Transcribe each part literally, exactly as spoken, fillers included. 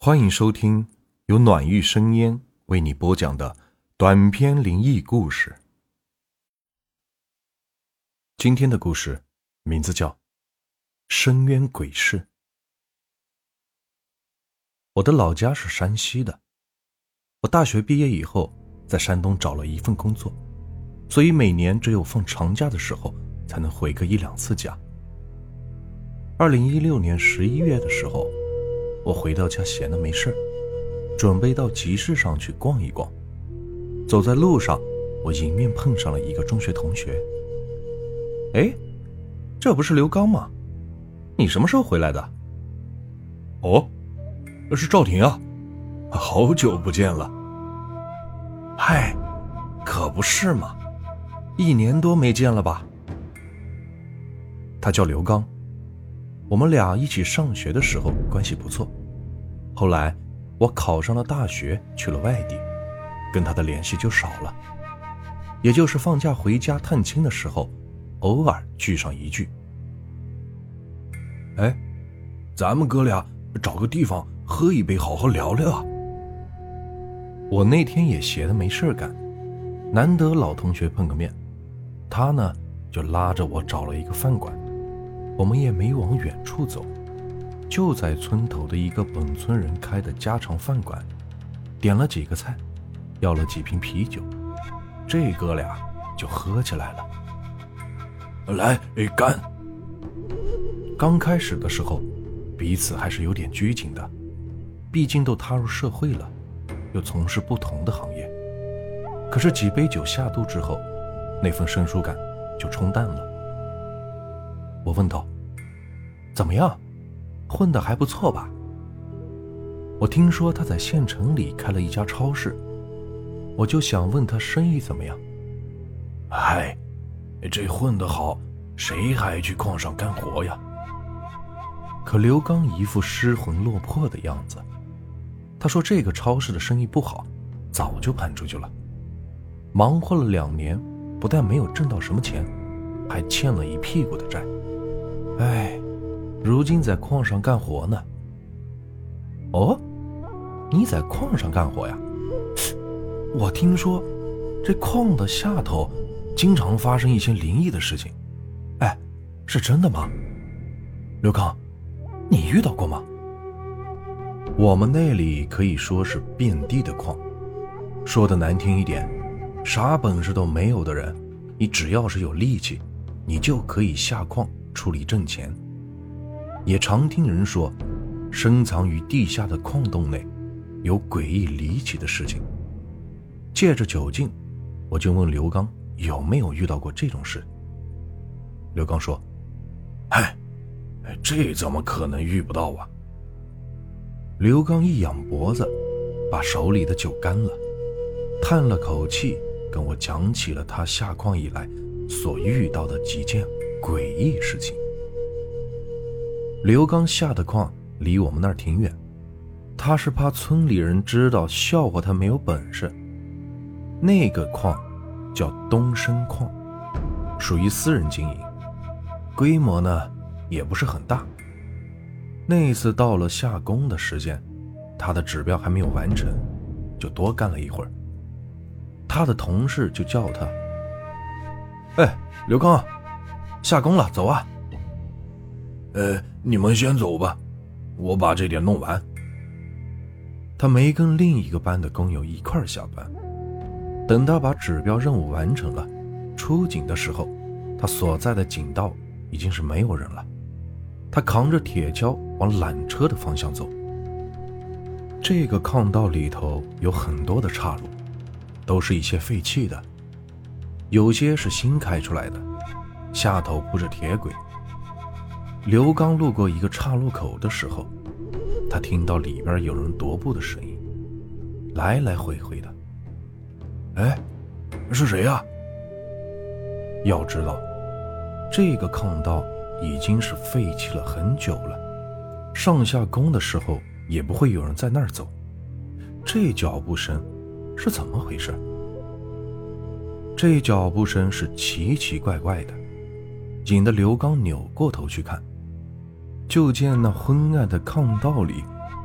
欢迎收听由暖玉生烟为你播讲的短篇灵异故事。今天的故事名字叫深渊鬼事。我的老家是山西的，我大学毕业以后在山东找了一份工作，所以每年只有放长假的时候才能回个一两次家。二零一六年十一月的时候，我回到家闲得没事，准备到集市上去逛一逛。走在路上，我迎面碰上了一个中学同学。哎，这不是刘刚吗？你什么时候回来的？ 哦，是赵婷啊，好久不见了。 嗨，可不是嘛，一年多没见了吧？他叫刘刚，我们俩一起上学的时候关系不错，后来我考上了大学，去了外地，跟他的联系就少了，也就是放假回家探亲的时候偶尔聚上一聚。 哎，咱们哥俩找个地方喝一杯好好聊聊啊。 我那天也闲得没事干，难得老同学碰个面，他呢就拉着我找了一个饭馆，我们也没往远处走，就在村头的一个本村人开的家常饭馆，点了几个菜，要了几瓶啤酒，这哥俩就喝起来了。 来，干！ 刚开始的时候彼此还是有点拘谨的，毕竟都踏入社会了，又从事不同的行业。可是几杯酒下肚之后，那份生疏感就冲淡了。我问道，怎么样，混得还不错吧？我听说他在县城里开了一家超市，我就想问他生意怎么样。 嗨，这混得好，谁还去矿上干活呀？ 可刘刚一副失魂落魄的样子，他说这个超市的生意不好，早就盘出去了，忙活了两年，不但没有挣到什么钱，还欠了一屁股的债。哎，如今在矿上干活呢。哦，你在矿上干活呀？我听说这矿的下头经常发生一些灵异的事情。哎，是真的吗？刘刚，你遇到过吗？我们那里可以说是遍地的矿，说的难听一点，啥本事都没有的人，你只要是有力气，你就可以下矿出力挣钱。也常听人说，深藏于地下的矿洞内有诡异离奇的事情。借着酒劲，我就问刘刚有没有遇到过这种事。刘刚说， 嗨，这怎么可能遇不到啊？ 刘刚一仰脖子，把手里的酒干了，叹了口气，跟我讲起了他下矿以来所遇到的几件诡异事情。刘刚下的矿离我们那儿挺远，他是怕村里人知道笑话他没有本事。那个矿叫东升矿，属于私人经营，规模呢也不是很大。那次到了下工的时间，他的指标还没有完成，就多干了一会儿。他的同事就叫他，哎，刘刚，下工了，走啊。 呃，你们先走吧，我把这点弄完。 他没跟另一个班的工友一块儿下班，等他把指标任务完成了，出警的时候，他所在的警道已经是没有人了。他扛着铁锹往缆车的方向走。这个矿道里头有很多的岔路，都是一些废弃的，有些是新开出来的，下头铺着铁轨。刘刚路过一个岔路口的时候，他听到里边有人踱步的声音，来来回回的。 哎，是谁呀？ 要知道，这个矿道已经是废弃了很久了，上下工的时候也不会有人在那儿走，这脚步声是怎么回事？这脚步声是奇奇怪怪的，引得刘刚扭过头去看，就见那昏暗的炕道里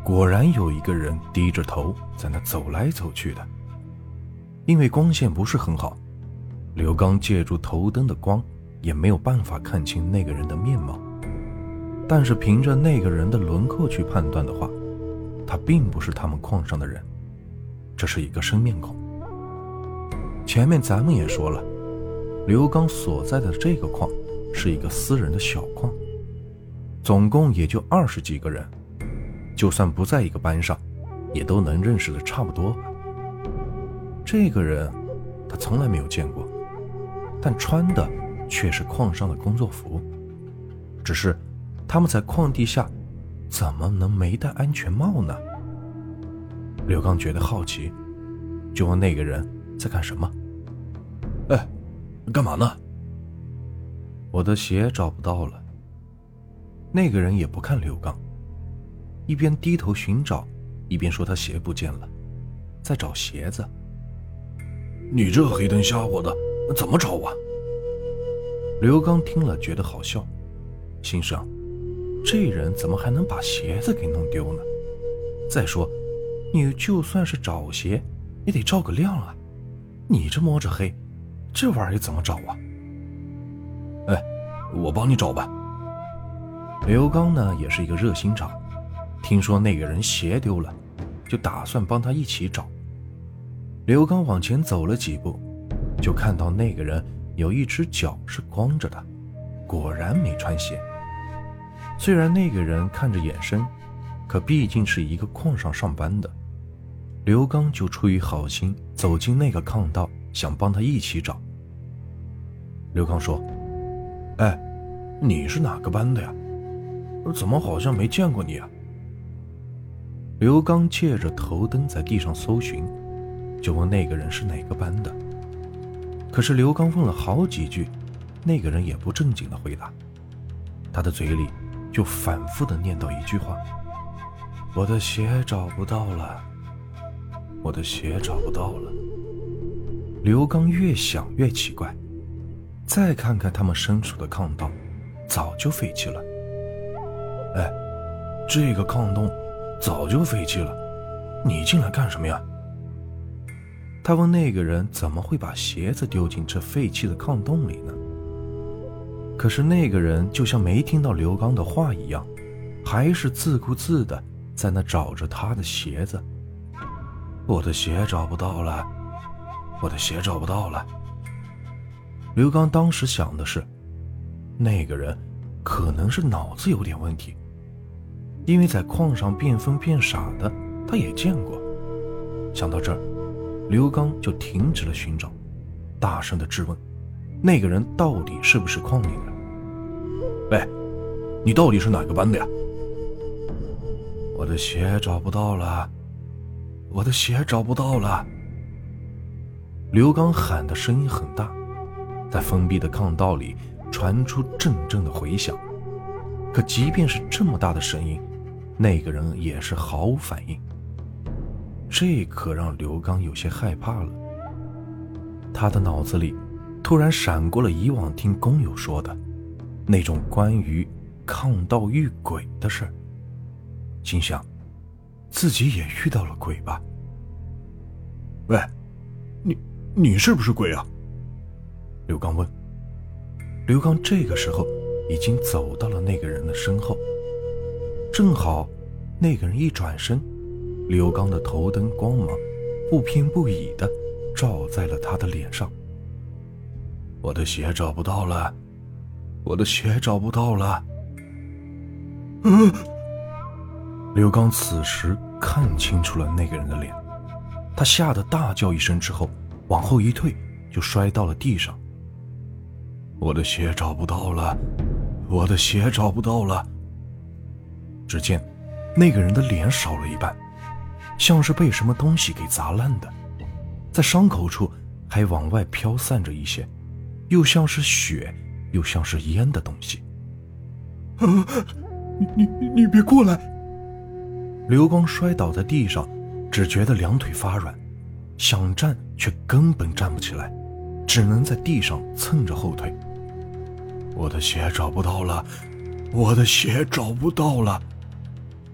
果然有一个人低着头在那走来走去的。因为光线不是很好，刘刚借助头灯的光也没有办法看清那个人的面貌，但是凭着那个人的轮廓去判断的话，他并不是他们矿上的人，这是一个生面孔。前面咱们也说了，刘刚所在的这个矿是一个私人的小矿，总共也就二十几个人，就算不在一个班上，也都能认识的差不多吧。这个人他从来没有见过，但穿的却是矿上的工作服，只是他们在矿地下怎么能没戴安全帽呢？刘刚觉得好奇，就问那个人在干什么。 哎，干嘛呢？ 我的鞋找不到了。那个人也不看刘刚，一边低头寻找，一边说他鞋不见了，在找鞋子。 你这黑灯瞎火的，怎么找啊？ 刘刚听了觉得好笑，心想这人怎么还能把鞋子给弄丢呢？再说你就算是找鞋也得照个亮啊，你这摸着黑，这玩意儿怎么找啊？ 哎，我帮你找吧。 刘刚呢也是一个热心肠，听说那个人鞋丢了，就打算帮他一起找。刘刚往前走了几步，就看到那个人有一只脚是光着的，果然没穿鞋。虽然那个人看着眼生，可毕竟是一个矿上上班的，刘刚就出于好心走进那个炕道，想帮他一起找。刘刚说：哎，你是哪个班的呀？怎么好像没见过你啊？刘刚借着头灯在地上搜寻，就问那个人是哪个班的。可是刘刚问了好几句，那个人也不正经的回答，他的嘴里就反复的念叨一句话：我的鞋找不到了，我的鞋找不到了。刘刚越想越奇怪，再看看他们身处的炕道，早就废弃了。哎，这个炕洞早就废弃了，你进来干什么呀？他问那个人怎么会把鞋子丢进这废弃的炕洞里呢？可是那个人就像没听到刘刚的话一样，还是自顾自的在那找着他的鞋子。我的鞋找不到了，我的鞋找不到了。刘刚当时想的是，那个人可能是脑子有点问题，因为在矿上变疯变傻的他也见过。想到这儿，刘刚就停止了寻找，大声地质问那个人到底是不是矿里的。 喂，你到底是哪个班的呀？ 我的鞋找不到了，我的鞋找不到了。刘刚喊的声音很大，在封闭的炕道里传出阵阵的回响。可即便是这么大的声音，那个人也是毫无反应。这可让刘刚有些害怕了。他的脑子里突然闪过了以往听工友说的那种关于炕道遇鬼的事儿，心想自己也遇到了鬼吧。 喂，你你是不是鬼啊？ 刘刚问。刘刚这个时候已经走到了那个人的身后，正好那个人一转身，刘刚的头灯光芒不偏不倚地照在了他的脸上。我的鞋找不到了，我的鞋找不到了。 嗯， 刘刚此时看清楚了那个人的脸，他吓得大叫一声之后往后一退，就摔到了地上。我的鞋找不到了，我的鞋找不到了。只见那个人的脸少了一半，像是被什么东西给砸烂的，在伤口处还往外飘散着一些又像是血又像是烟的东西。 啊，你你你别过来！ 刘刚摔倒在地上，只觉得两腿发软，想站却根本站不起来，只能在地上蹭着后腿。我的鞋找不到了，我的鞋找不到了。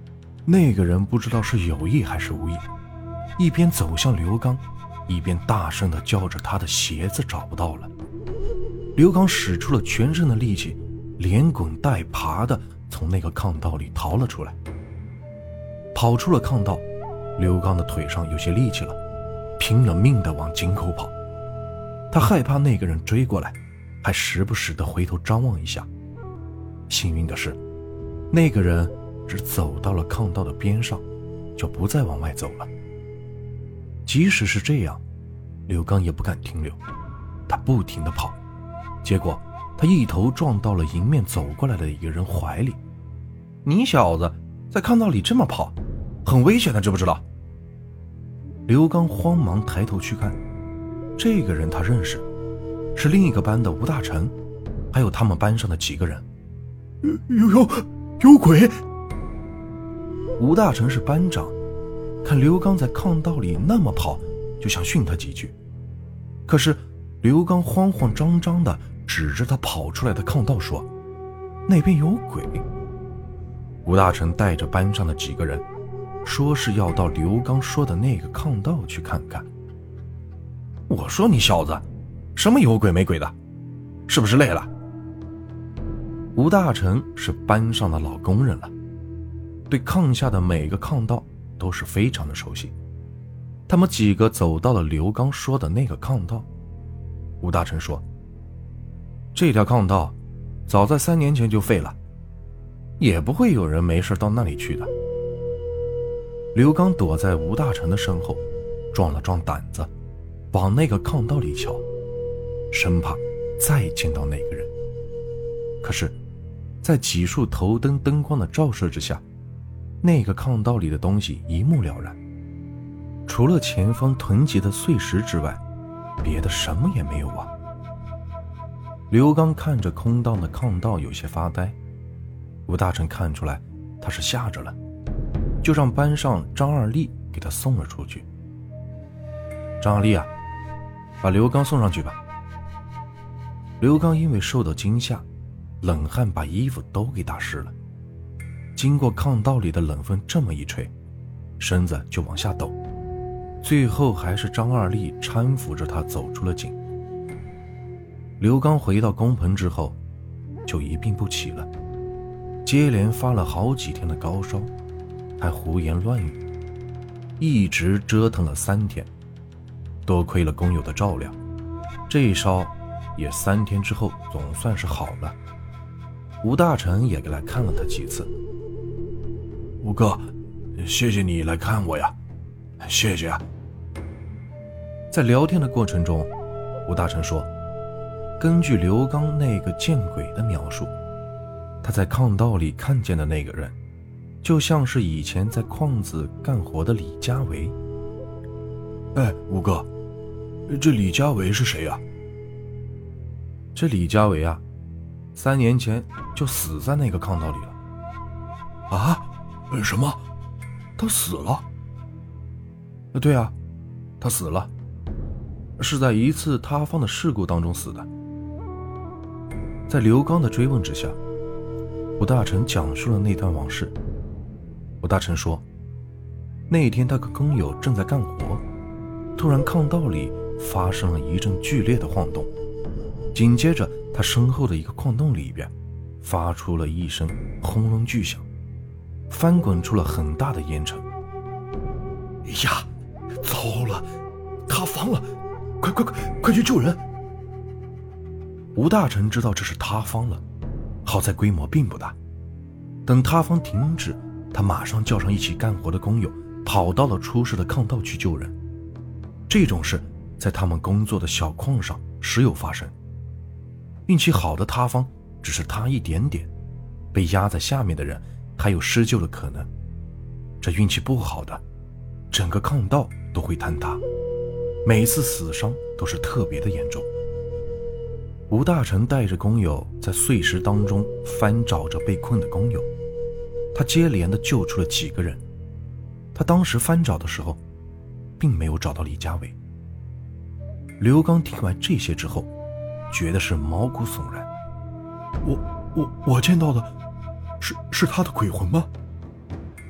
那个人不知道是有意还是无意，一边走向刘刚，一边大声地叫着他的鞋子找不到了。刘刚使出了全身的力气，连滚带爬地从那个炕道里逃了出来。跑出了炕道，刘刚的腿上有些力气了，拼了命地往井口跑。他害怕那个人追过来，还时不时地回头张望一下。幸运的是，那个人只走到了炕道的边上，就不再往外走了。即使是这样，刘刚也不敢停留，他不停地跑，结果他一头撞到了迎面走过来的一个人怀里。你小子在炕道里这么跑，很危险的，知不知道？刘刚慌忙抬头去看，这个人他认识，是另一个班的吴大成，还有他们班上的几个人。 有有有鬼！ 吴大成是班长，看刘刚在炕道里那么跑，就想训他几句。可是刘刚慌慌张张地指着他跑出来的炕道说：“那边有鬼。”吴大成带着班上的几个人，说是要到刘刚说的那个炕道去看看。我说你小子，什么有鬼没鬼的，是不是累了？吴大成是班上的老工人了，对炕下的每个炕道都是非常的熟悉。他们几个走到了刘刚说的那个炕道。吴大成说：“这条炕道早在三年前就废了，也不会有人没事到那里去的。”刘刚躲在吴大成的身后，壮了壮胆子，往那个炕道里瞧，生怕再见到那个人。可是在几束头灯灯光的照射之下，那个炕道里的东西一目了然，除了前方囤积的碎石之外，别的什么也没有啊。刘刚看着空荡的炕道有些发呆，吴大成看出来他是吓着了，就让班上张二力给他送了出去。张二力啊，把刘刚送上去吧。刘刚因为受到惊吓，冷汗把衣服都给打湿了，经过炕道里的冷风这么一吹，身子就往下抖，最后还是张二力搀扶着他走出了井。刘刚回到工棚之后就一病不起了，接连发了好几天的高烧，还胡言乱语，一直折腾了三天。多亏了工友的照料，这一烧也三天之后总算是好了。吴大成也来看了他几次。 吴哥，谢谢你来看我呀，谢谢啊。 在聊天的过程中，吴大成说，根据刘刚那个见鬼的描述，他在炕道里看见的那个人就像是以前在矿子干活的李家维。 哎，吴哥，这李家维是谁呀？ 这李家维啊，三年前就死在那个炕道里了。 啊？什么？他死了？ 对啊，他死了，是在一次塌方的事故当中死的。在刘刚的追问之下，吴大成讲述了那段往事。吴大成说，那天他和工友正在干活，突然炕道里发生了一阵剧烈的晃动，紧接着他身后的一个矿洞里边发出了一声轰隆巨响，翻滚出了很大的烟尘。 呀，糟了，塌方了，快快快快去救人！ 吴大成知道这是塌方了，好在规模并不大。等塌方停止，他马上叫上一起干活的工友，跑到了出事的炕道去救人。这种事在他们工作的小矿上时有发生。运气好的塌方只是塌一点点，被压在下面的人还有施救的可能。这运气不好的，整个炕道都会坍塌，每次死伤都是特别的严重。吴大成带着工友在碎石当中翻找着被困的工友，他接连的救出了几个人。他当时翻找的时候并没有找到李家伟。刘刚听完这些之后觉得是毛骨悚然。 我我我见到的是是他的鬼魂吗？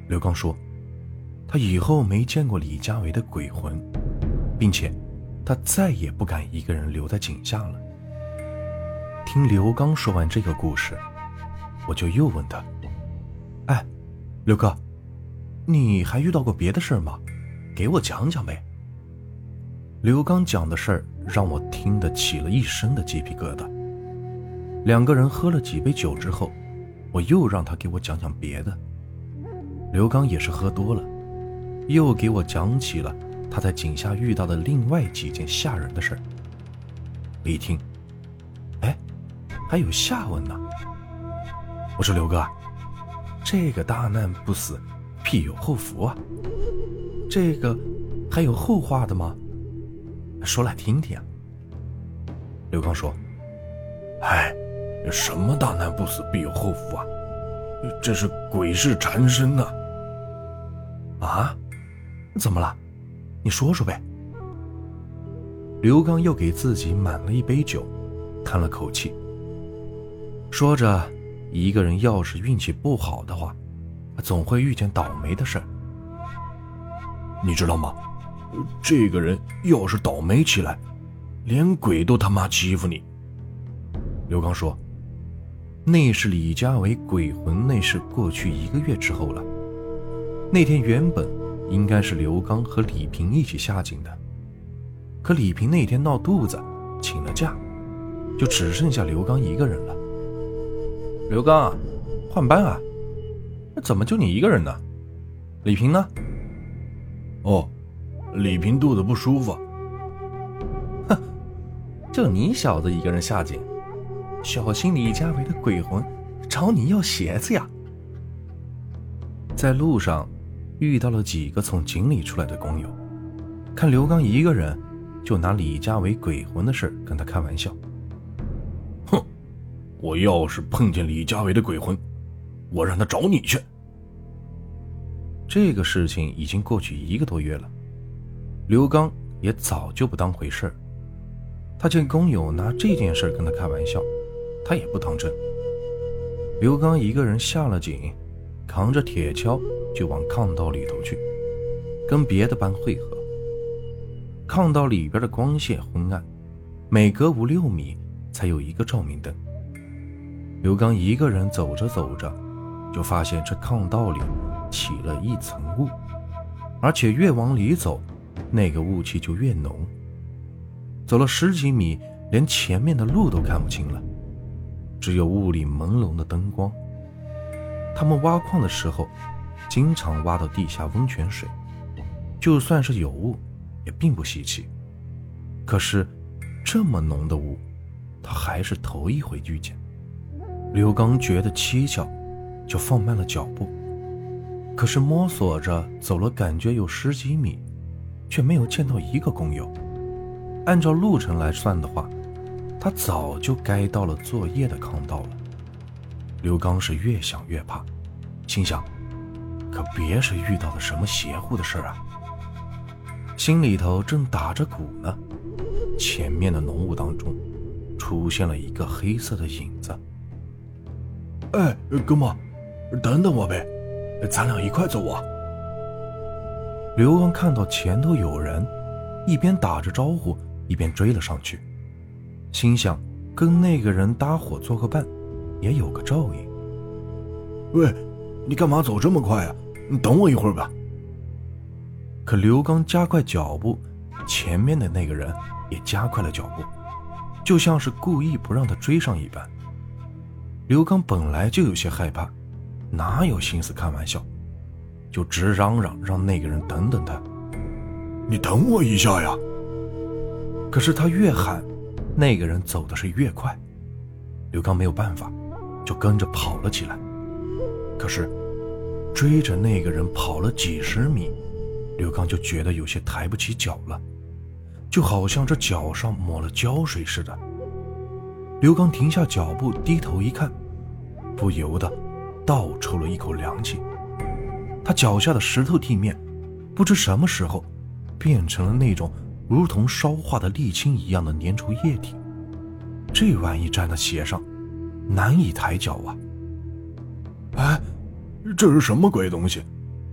刘刚说，他以后没见过李家维的鬼魂，并且他再也不敢一个人留在井下了。听刘刚说完这个故事，我就又问他，哎，刘哥，你还遇到过别的事吗？给我讲讲呗。刘刚讲的事儿让我听得起了一身的鸡皮疙瘩。两个人喝了几杯酒之后，我又让他给我讲讲别的。刘刚也是喝多了，又给我讲起了他在井下遇到的另外几件吓人的事儿。我一听，哎，还有下文呢。我说刘哥，这个大难不死，必有后福啊，这个还有后话的吗？说来听听啊。刘刚说， 哎，什么大难不死必有后福啊，这是鬼事缠身啊。 啊？怎么了？你说说呗。刘刚又给自己满了一杯酒，叹了口气，说着，一个人要是运气不好的话，总会遇见倒霉的事儿。 你知道吗？这个人要是倒霉起来，连鬼都他妈欺负你。 刘刚说，那是李家维鬼魂那事过去一个月之后了。那天原本应该是刘刚和李平一起下井的，可李平那天闹肚子请了假，就只剩下刘刚一个人了。刘刚啊，换班啊，那怎么就你一个人呢？李平呢？ 哦，李平肚子不舒服。 哼，就你小子一个人下井，小心李家维的鬼魂找你要鞋子呀。在路上遇到了几个从井里出来的工友，看刘刚一个人，就拿李家维鬼魂的事跟他开玩笑。 哼，我要是碰见李家维的鬼魂，我让他找你去。 这个事情已经过去一个多月了，刘刚也早就不当回事儿。他见工友拿这件事跟他开玩笑，他也不当真。刘刚一个人下了井，扛着铁锹就往炕道里头去，跟别的班会合。炕道里边的光线昏暗，每隔五六米才有一个照明灯。刘刚一个人走着走着，就发现这炕道里起了一层雾，而且越往里走，那个雾气就越浓。走了十几米，连前面的路都看不清了，只有雾里朦胧的灯光。他们挖矿的时候经常挖到地下温泉水，就算是有雾也并不稀奇。可是这么浓的雾，他还是头一回遇见。刘刚觉得蹊跷，就放慢了脚步。可是摸索着走了感觉有十几米，却没有见到一个工友。按照路程来算的话，他早就该到了作业的炕道了。刘刚是越想越怕，心想可别是遇到了什么邪乎的事啊。心里头正打着鼓呢，前面的浓雾当中出现了一个黑色的影子。 哎，哥们，等等我呗，咱俩一块走啊。 刘刚看到前头有人，一边打着招呼一边追了上去，心想跟那个人搭伙做个伴也有个照应。 喂，你干嘛走这么快啊？你等我一会儿吧。 可刘刚加快脚步，前面的那个人也加快了脚步，就像是故意不让他追上一般。刘刚本来就有些害怕，哪有心思开玩笑，就直嚷嚷让那个人等等他。 你等我一下呀。 可是他越喊，那个人走的是越快。刘刚没有办法，就跟着跑了起来。可是追着那个人跑了几十米，刘刚就觉得有些抬不起脚了，就好像这脚上抹了胶水似的。刘刚停下脚步，低头一看，不由得倒抽了一口凉气。他脚下的石头地面不知什么时候变成了那种如同烧化的沥青一样的粘稠液体，这玩意站在鞋上难以抬脚啊。 哎，这是什么鬼东西？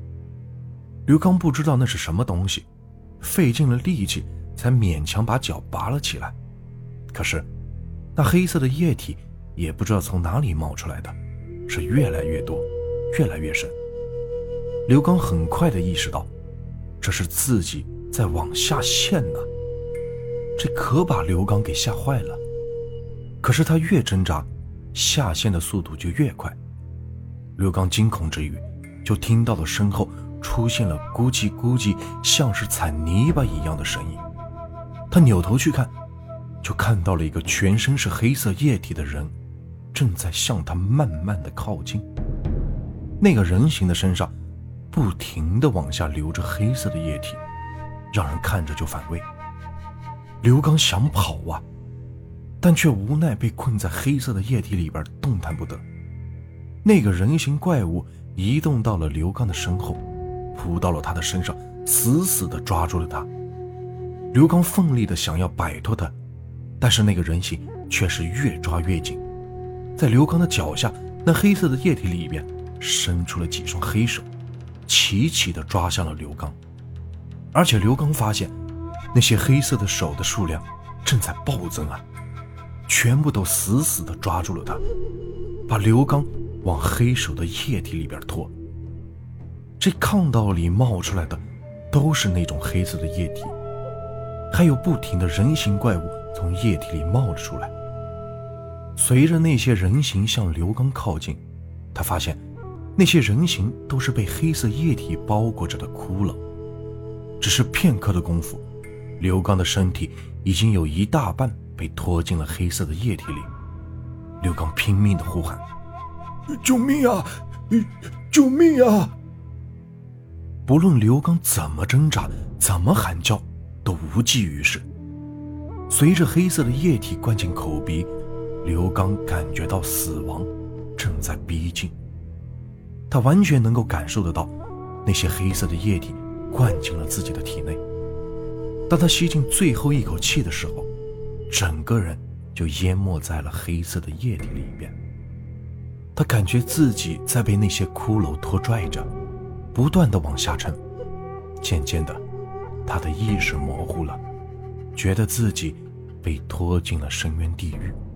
刘刚不知道那是什么东西，费尽了力气才勉强把脚拔了起来。可是那黑色的液体也不知道从哪里冒出来的，是越来越多，越来越深。刘刚很快地意识到，这是自己在往下陷呢，这可把刘刚给吓坏了。可是他越挣扎，下陷的速度就越快。刘刚惊恐之余，就听到了身后出现了咕叽咕叽像是踩泥巴一样的声音。他扭头去看，就看到了一个全身是黑色液体的人正在向他慢慢的靠近。那个人形的身上不停地往下流着黑色的液体，让人看着就反胃。刘刚想跑啊，但却无奈被困在黑色的液体里边动弹不得。那个人形怪物移动到了刘刚的身后，扑到了他的身上，死死地抓住了他。刘刚奋力地想要摆脱他，但是那个人形却是越抓越紧。在刘刚的脚下，那黑色的液体里边伸出了几双黑手，齐齐地抓向了刘刚。而且刘刚发现那些黑色的手的数量正在暴增啊，全部都死死地抓住了他，把刘刚往黑手的液体里边拖。这炕道里冒出来的都是那种黑色的液体，还有不停的人形怪物从液体里冒了出来。随着那些人形向刘刚靠近，他发现那些人形都是被黑色液体包裹着的骷髅。只是片刻的功夫，刘刚的身体已经有一大半被拖进了黑色的液体里。刘刚拼命地呼喊： 救命啊！救命啊！ 不论刘刚怎么挣扎，怎么喊叫，都无济于事。随着黑色的液体灌进口鼻，刘刚感觉到死亡正在逼近。他完全能够感受得到那些黑色的液体灌进了自己的体内。当他吸进最后一口气的时候，整个人就淹没在了黑色的液体里边。他感觉自己在被那些骷髅拖拽着，不断地往下沉。渐渐的，他的意识模糊了，觉得自己被拖进了深渊地狱。